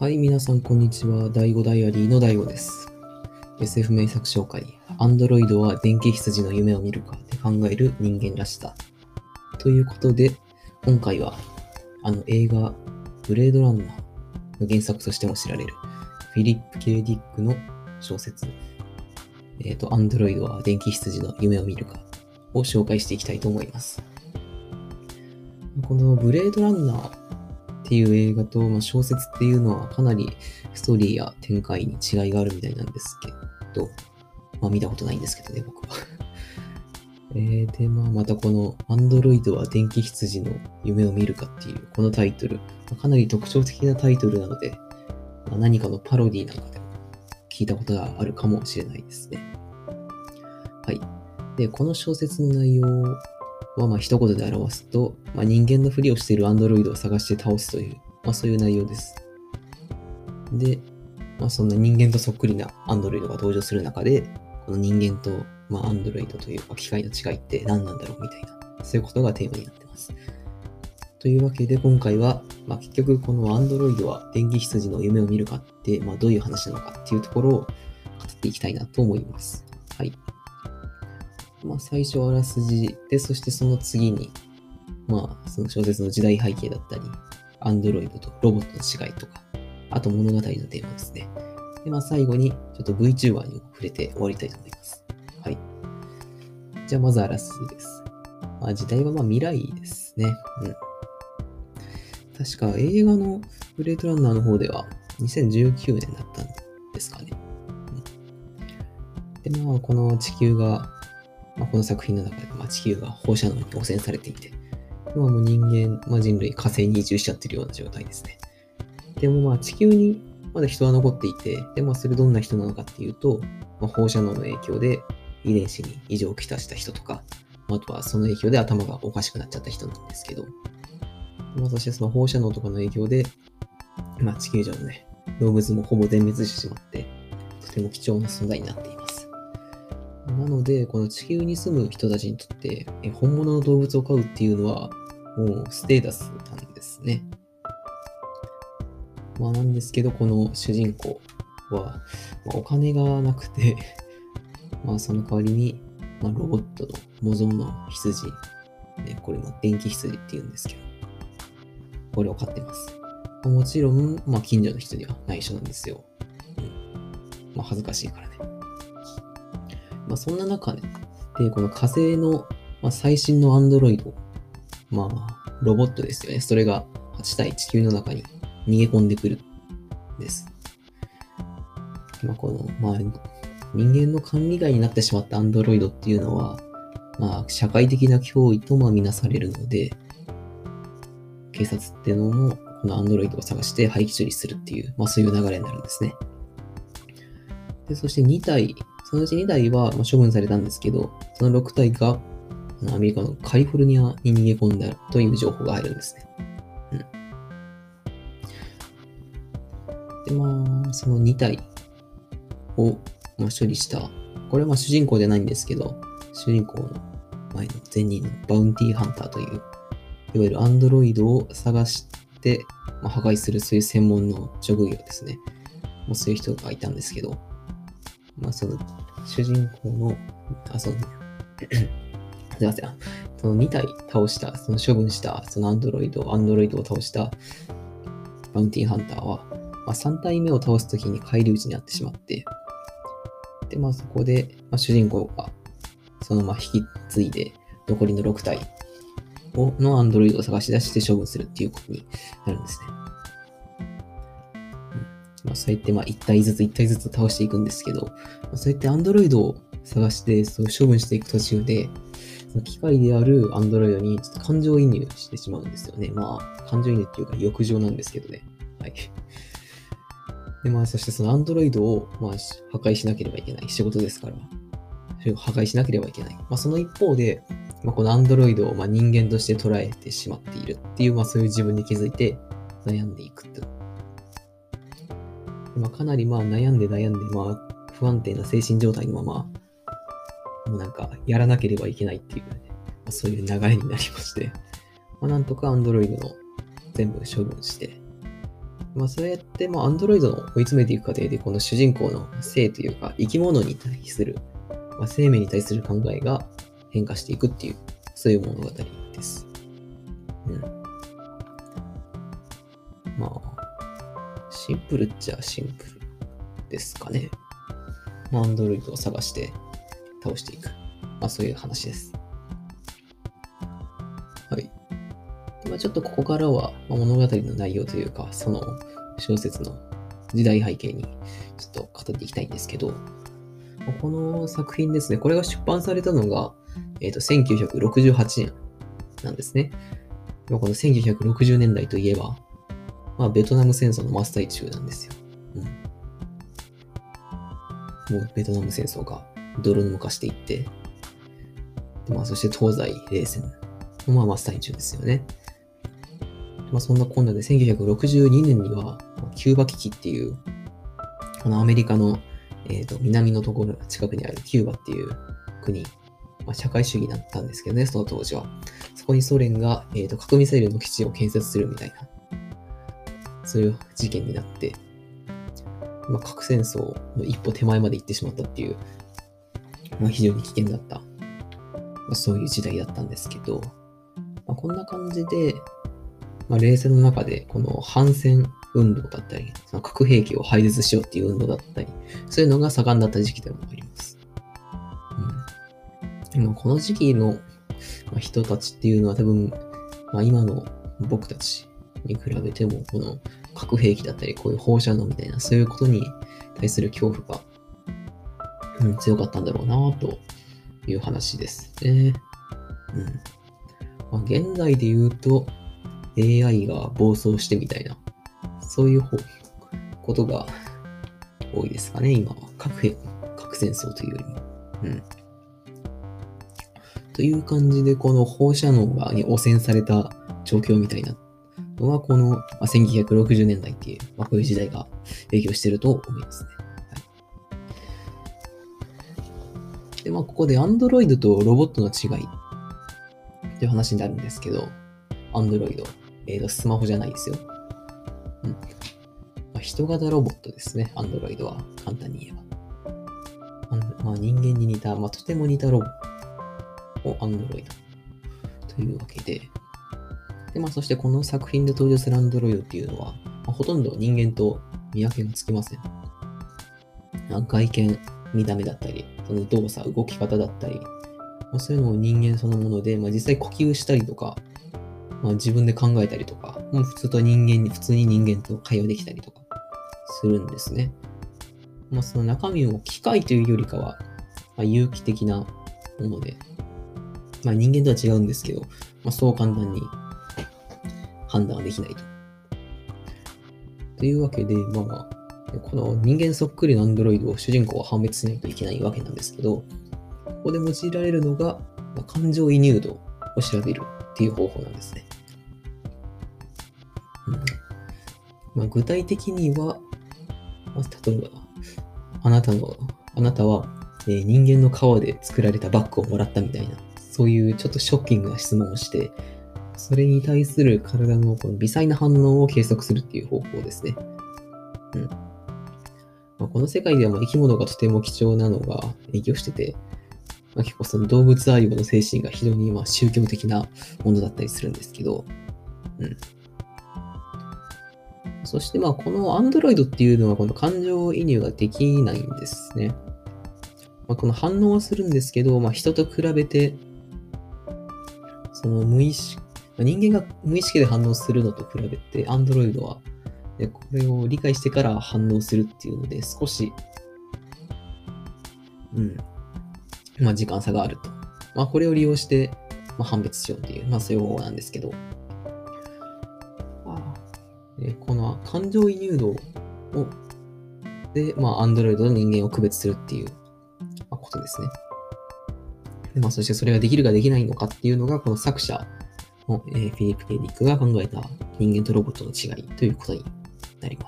はい、皆さん、こんにちは。第5ダイアリーの第5です。SF 名作紹介。アンドロイドは電気羊の夢を見るかって考える人間らしさ。ということで、今回は、映画、ブレードランナーの原作としても知られる、フィリップ・K. ディックの小説、アンドロイドは電気羊の夢を見るかを紹介していきたいと思います。このブレードランナーっていう映画と、小説っていうのはかなりストーリーや展開に違いがあるみたいなんですけど、見たことないんですけどね、僕は。で、またこのアンドロイドは電気羊の夢を見るかっていうこのタイトル、かなり特徴的なタイトルなので、何かのパロディなんかでも聞いたことがあるかもしれないですね。はい。で、この小説の内容は一言で表すと、人間のふりをしているアンドロイドを探して倒すという、そういう内容です。で、そんな人間とそっくりなアンドロイドが登場する中で、この人間と、アンドロイドというか機械の違いって何なんだろうみたいな、そういうことがテーマになってます。というわけで今回は、結局このアンドロイドは電気羊の夢を見るかって、どういう話なのかっていうところを語っていきたいなと思います。はい。最初はあらすじで、そしてその次に、その小説の時代背景だったり、アンドロイドとロボットの違いとか、あと物語のテーマですね。で、最後に、ちょっと VTuber にも触れて終わりたいと思います。はい。じゃあ、まずあらすじです。時代は未来ですね。確か映画のブレードランナーの方では2019年だったんですかね。で、この地球が、この作品の中で、地球が放射能に汚染されていて、今も人間、人類火星に移住しちゃってるような状態ですね。でも地球にまだ人は残っていて、でそれどんな人なのかっていうと、放射能の影響で遺伝子に異常をきたした人とか、あとはその影響で頭がおかしくなっちゃった人なんですけど、そしてその放射能とかの影響で、地球上のね、動物もほぼ全滅してしまって、とても貴重な存在になっています。なので、この地球に住む人たちにとって、本物の動物を飼うっていうのは、もうステータスなんですね。なんですけど、この主人公は、お金がなくてその代わりに、ロボットの模造の羊、ね、これも電気羊って言うんですけど、これを飼ってます。もちろん、近所の人には内緒なんですよ。恥ずかしいからね。そんな中ね、で、この火星の、最新のアンドロイド、ロボットですよね。それが8体地球の中に逃げ込んでくるんです。この、人間の管理外になってしまったアンドロイドっていうのは、社会的な脅威とみなされるので、警察っていうのも、このアンドロイドを探して廃棄処理するっていう、そういう流れになるんですね。で、そして2体、そのうち2体は処分されたんですけど、その6体がアメリカのカリフォルニアに逃げ込んだという情報が入るんですね。で、その2体を、処理した、これは主人公じゃないんですけど、主人公の前の前任のバウンティーハンターという、いわゆるアンドロイドを探して、破壊するそういう専門の職業ですね。そういう人がいたんですけど、その主人公の、すいません。その2体倒した、その処分した、そのアンドロイドを倒したバウンティーハンターは、3体目を倒すときに返り討ちにあってしまって、で、そこで、主人公が、その引き継いで、残りの6体のアンドロイドを探し出して処分するっていうことになるんですね。そうやって1体ずつ倒していくんですけど、そうやってアンドロイドを探してそう処分していく途中で、その機械であるアンドロイドにちょっと感情移入してしまうんですよね。感情移入っていうか欲情なんですけどね。はい。で、そしてそのアンドロイドを、破壊しなければいけない。仕事ですから。破壊しなければいけない。その一方で、このアンドロイドを人間として捉えてしまっているっていう、そういう自分に気づいて悩んでいくっていう。かなり悩んで、不安定な精神状態のまま、もうやらなければいけないっていう、そういう流れになりまして、なんとかアンドロイドの全部処分して、 そうやって、アンドロイドの追い詰めていく過程で、この主人公の生というか、生き物に対する、生命に対する考えが変化していくっていう、そういう物語です。シンプルっちゃシンプルですかね。アンドロイドを探して倒していく。そういう話です。はい。でちょっとここからは、物語の内容というか、その小説の時代背景にちょっと語っていきたいんですけど、この作品ですね、これが出版されたのが、1968年なんですね。この1960年代といえば、ベトナム戦争の真っ最中なんですよ。もうベトナム戦争が泥沼化していって、でそして東西冷戦の真っ最中ですよね。そんなこんなで1962年にはキューバ危機っていう、このアメリカの、南のところ近くにあるキューバっていう国、社会主義だったんですけどね、その当時は。そこにソ連が、核ミサイルの基地を建設するみたいな、そういう事件になって、核戦争の一歩手前まで行ってしまったっていう、非常に危険だった、そういう時代だったんですけど、こんな感じで、冷戦の中でこの反戦運動だったり、その核兵器を廃絶しようっていう運動だったり、そういうのが盛んだった時期でもあります。この時期の人たちっていうのは多分、今の僕たちに比べても、この核兵器だったり、こういう放射能みたいな、そういうことに対する恐怖が、強かったんだろうなという話ですね。現在で言うと、AI が暴走してみたいな、そういうことが多いですかね、今は。核戦争というよりも。という感じで、この放射能に汚染された状況みたいなのは、この1960年代っていう、こういう時代が影響していると思いますね。で、ここで Android とロボットの違いっていう話になるんですけど、Android、スマホじゃないですよ。人型ロボットですね、Android は。簡単に言えば。人間に似た、とても似たロボットを Android というわけで、そしてこの作品で登場する Android っていうのは、ほとんど人間と見分けがつきません。外見、見た目だったり、その動作、動き方だったり、そういうのを人間そのもので、実際呼吸したりとか、自分で考えたりとか、普通に人間と会話できたりとかするんですね。その中身も機械というよりかは、有機的なもので、人間とは違うんですけど、そう簡単に判断はできないと。というわけで、この人間そっくりのアンドロイドを主人公は判別しないといけないわけなんですけど、ここで用いられるのが、感情移入度を調べるっていう方法なんですね。具体的には、例えば、あなたは、人間の皮で作られたバッグをもらったみたいな、そういうちょっとショッキングな質問をして、それに対する体のこの微細な反応を計測するっていう方法ですね。この世界では生き物がとても貴重なのが影響してて、結構その動物愛護の精神が非常に宗教的なものだったりするんですけど、そしてこの Android っていうのはこの感情移入ができないんですね。この反応はするんですけど、人と比べて、その人間が無意識で反応するのと比べて、Android は、これを理解してから反応するっていうので、少し、時間差があると。これを利用して、判別しようっていう、そういう方法なんですけど、この感情移入度で、Android と人間を区別するっていう、ことですね。でそしてそれができるかできないのかっていうのが、この作者の、フィリップ・K・ディックが考えた人間とロボットの違いということになります。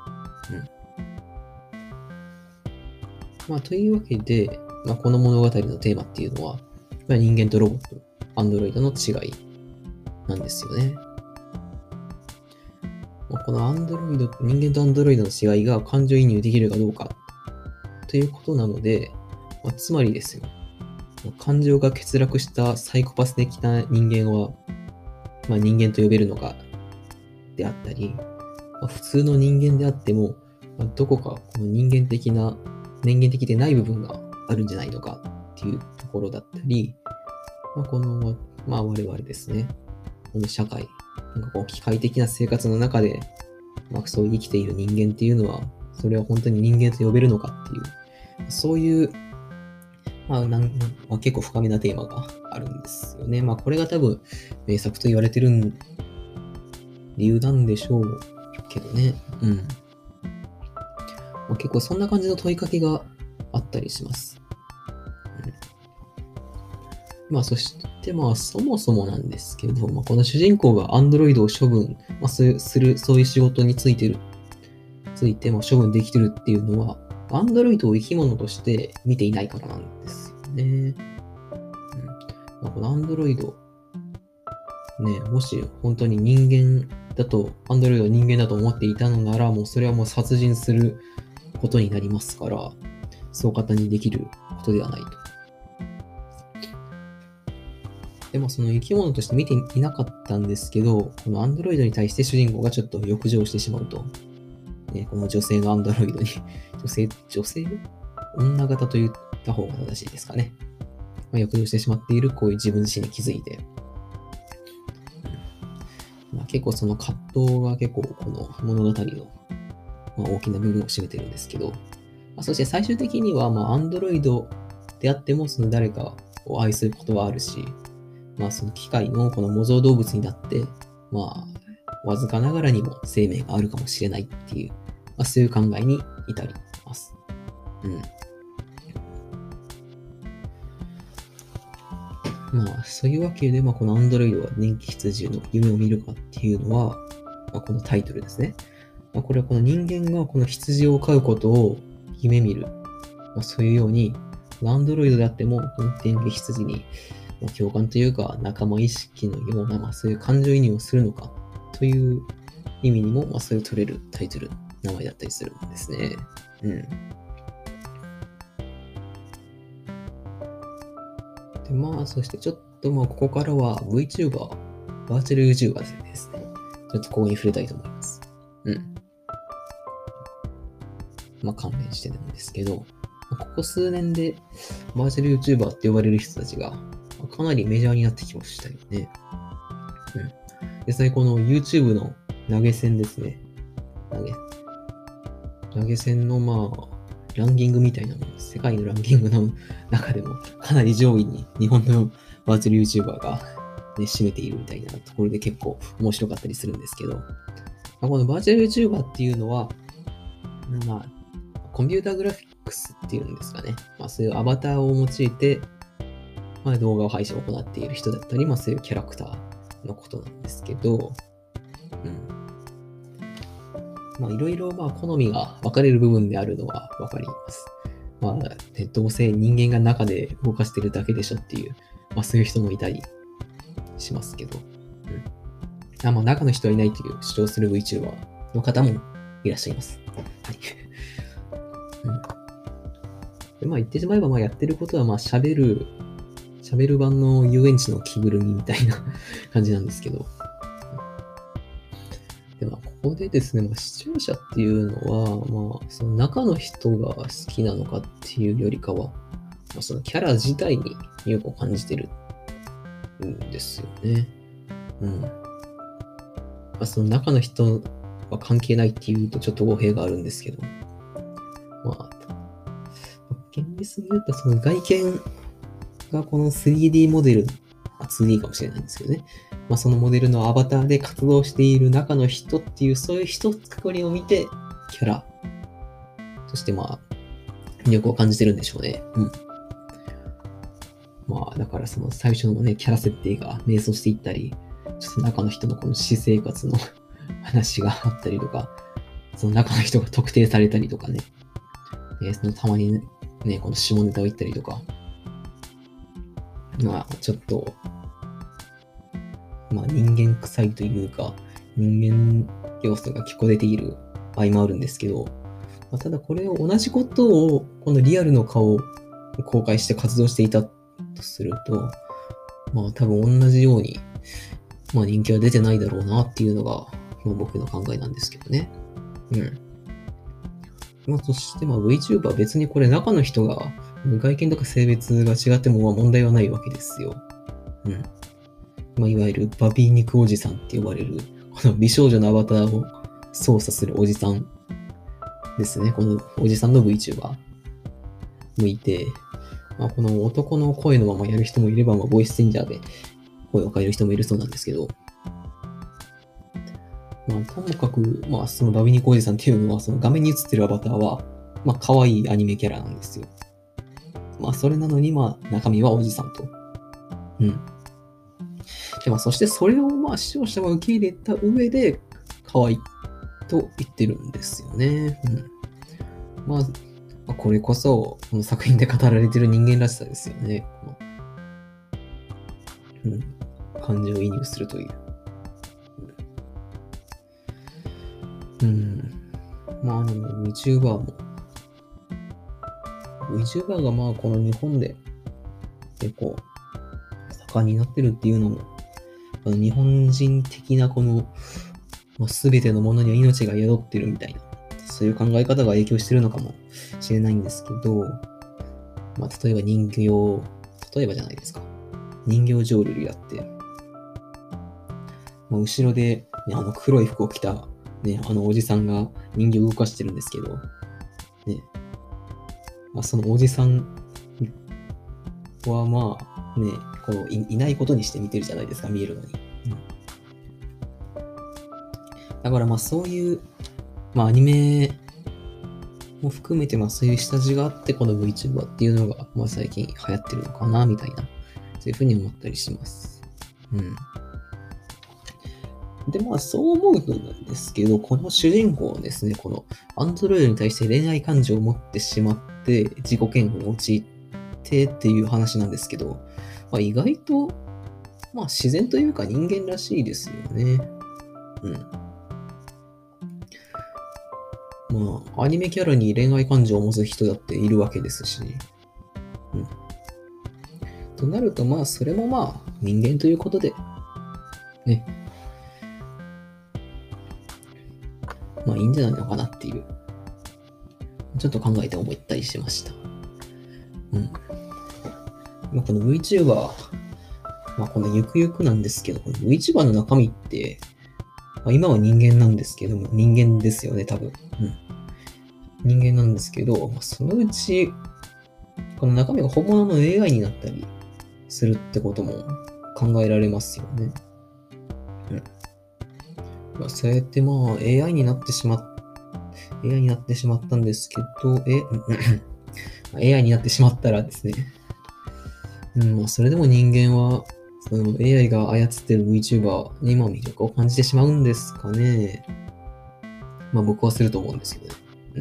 というわけで、この物語のテーマっていうのは、人間とロボット、Android の違いなんですよね。 この人間とアンドロイドの違いが感情移入できるかどうかということなので、つまりですよ、感情が欠落したサイコパス的な人間は、人間と呼べるのかであったり、普通の人間であっても、どこかこの人間的でない部分があるんじゃないのかっていうところだったり、この、我々ですね、この社会、機械的な生活の中で、そう生きている人間っていうのは、それは本当に人間と呼べるのかっていう、そういう、結構深めなテーマがあるんですよね。これが多分、名作と言われてる理由なんでしょうけどね。結構そんな感じの問いかけがあったりします。そして、そもそもなんですけど、この主人公がアンドロイドを処分、する、そういう仕事について、処分できてるっていうのは、アンドロイドを生き物として見ていないからなんですよね。このアンドロイド、もし本当に人間だと、アンドロイドを人間だと思っていたのなら、それは殺人することになりますから、そう簡単にできることではないと。で、その生き物として見ていなかったんですけど、このアンドロイドに対して主人公がちょっと欲情してしまうと。この女性のアンドロイドに女性女型と言った方が正しいですかね。欲情してしまっているこういう自分自身に気づいて。結構その葛藤が結構この物語の、大きな部分を占めてるんですけど、そして最終的にはアンドロイドであってもその誰かを愛することはあるし、その機械のこの模造動物になって、わずかながらにも生命があるかもしれないっていう、そういう考えに至ります。そういうわけで、このアンドロイドは電気羊の夢を見るかっていうのは、このタイトルですね。これはこの人間がこの羊を飼うことを夢見る。そういうように、アンドロイドであっても、電気羊に共感というか仲間意識のような、そういう感情移入をするのかという意味にも、そういう取れるタイトル、名前だったりするんですね。で、そしてちょっとここからは VTuber、バーチャル YouTuber ですね。ちょっとここに触れたいと思います。関連してるんですけど、ここ数年でバーチャル YouTuber って呼ばれる人たちがかなりメジャーになってきましたよね。実際この YouTube の投げ銭ですね。投げ銭のランキングみたいなものです。世界のランキングの中でもかなり上位に日本のバーチャル YouTuber が、占めているみたいなところで結構面白かったりするんですけど、このバーチャル YouTuber っていうのは、コンピューターグラフィックスっていうんですかね。そういうアバターを用いて、動画配信を行っている人だったり、そういうキャラクターのことなんですけど、いろいろ好みが分かれる部分であるのは分かります。どうせ人間が中で動かしてるだけでしょっていう、そういう人もいたりしますけど、中の人はいないという主張する VTuber の方もいらっしゃいます。で言ってしまえばやってることは喋る版の遊園地の着ぐるみみたいな感じなんですけど。でここでですね、視聴者っていうのは、その中の人が好きなのかっていうよりかは、そのキャラ自体に魅力を感じてるんですよね。その中の人は関係ないっていうとちょっと語弊があるんですけど、厳密に言うとその外見がこの 3D モデル、2D かもしれないんですけどね。そのモデルのアバターで活動している中の人っていう、そういう一括りを見て、キャラとして魅力を感じてるんでしょうね。だからその最初のキャラ設定が迷走していったり、ちょっと中の人のこの私生活の話があったりとか、その中の人が特定されたりとかね。そのたまにこの下ネタを言ったりとか、ちょっと、人間臭いというか、 人間要素が結構出ている場合もあるんですけど、ただこれを同じことをこのリアルの顔を公開して活動していたとすると、多分同じように、人気は出てないだろうなっていうのが、僕の考えなんですけどね。そして、VTuber は別にこれ中の人が外見とか性別が違っても問題はないわけですよ。いわゆるバビー肉おじさんって呼ばれる、この美少女のアバターを操作するおじさんですね。このおじさんの VTuber もいて、この男の声のままやる人もいれば、ボイスチェンジャーで声を変える人もいるそうなんですけど、ともかく、そのバビニコおじさんっていうのは、その画面に映ってるアバターは、可愛いアニメキャラなんですよ。それなのに、中身はおじさんと。で、そしてそれを、視聴者は受け入れた上で、可愛いと言ってるんですよね。これこそ、この作品で語られてる人間らしさですよね。感情移入するという。VTuber も、VTuber がこの日本で結構盛んになってるっていうのも、日本人的なこの、全てのものには命が宿ってるみたいな、そういう考え方が影響してるのかもしれないんですけど、例えば例えばじゃないですか。人形浄瑠璃やって、後ろで、黒い服を着た、おじさんが人形を動かしてるんですけど、そのおじさんはこう いないことにして見てるじゃないですか、見えるのに。だからそういう、アニメも含めてそういう下地があって、この VTuber っていうのが、最近流行ってるのかな、みたいな、そういうふうに思ったりします。で、そう思うとなんですけど、この主人公はですね、このアンドロイドに対して恋愛感情を持ってしまって、自己嫌悪に陥ってっていう話なんですけど、意外と、自然というか人間らしいですよね。アニメキャラに恋愛感情を持つ人だっているわけですし、となると、それも人間ということで、いいんじゃないのかなっていう、ちょっと考えて思ったりしました。この VTuber、このゆくゆくなんですけど、この VTuber の中身って、今は人間なんですけども、人間ですよね、多分。人間なんですけど、そのうち、この中身が本物の AI になったりするってことも考えられますよね。そうやって AI になってしまったんですけど、AI になってしまったらですね、それでも人間は、その AI が操ってる VTuber に魅力を感じてしまうんですかね。僕はすると思うんですけどね。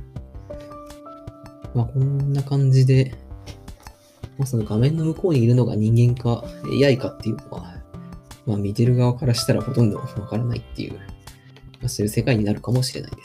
こんな感じで、その画面の向こうにいるのが人間か AI かっていうのは、見てる側からしたらほとんどわからないっていう、そういう世界になるかもしれないです。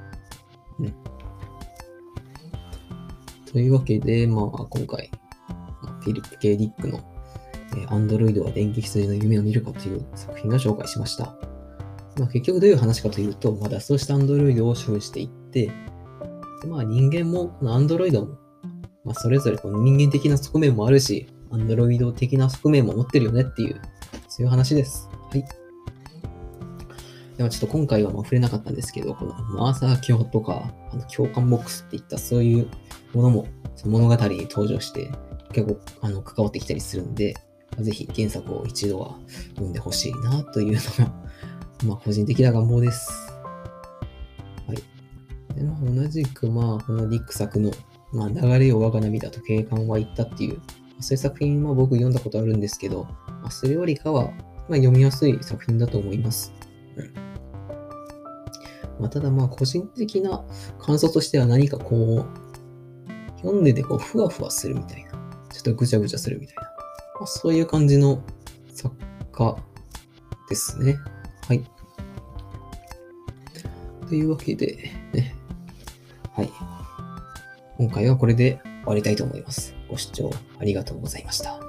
というわけで、今回、フィリップ・K・ディックのアンドロイドは電気羊の夢を見るかという作品を紹介しました。結局どういう話かというと、脱走したアンドロイドを処分していって、で人間も、このアンドロイドも、それぞれこの人間的な側面もあるし、アンドロイド的な側面も持ってるよねっていう、そういう話です。はい。ではちょっと今回は触れなかったんですけど、このマーサー卿とか、共感ボックスっていったそういうものもその物語に登場して結構関わってきたりするんで、ぜひ原作を一度は読んでほしいなというのが、個人的な願望です。はい。で同じくこのディック作の、流れよ我が涙と警官は言ったっていう、そういう作品は僕読んだことあるんですけど、それよりかは、読みやすい作品だと思います。ただ個人的な感想としては何か読んでてふわふわするみたいな、ちょっとぐちゃぐちゃするみたいな、そういう感じの作家ですね。はい。 というわけで、ね、はい。今回はこれで終わりたいと思います。ご視聴ありがとうございました。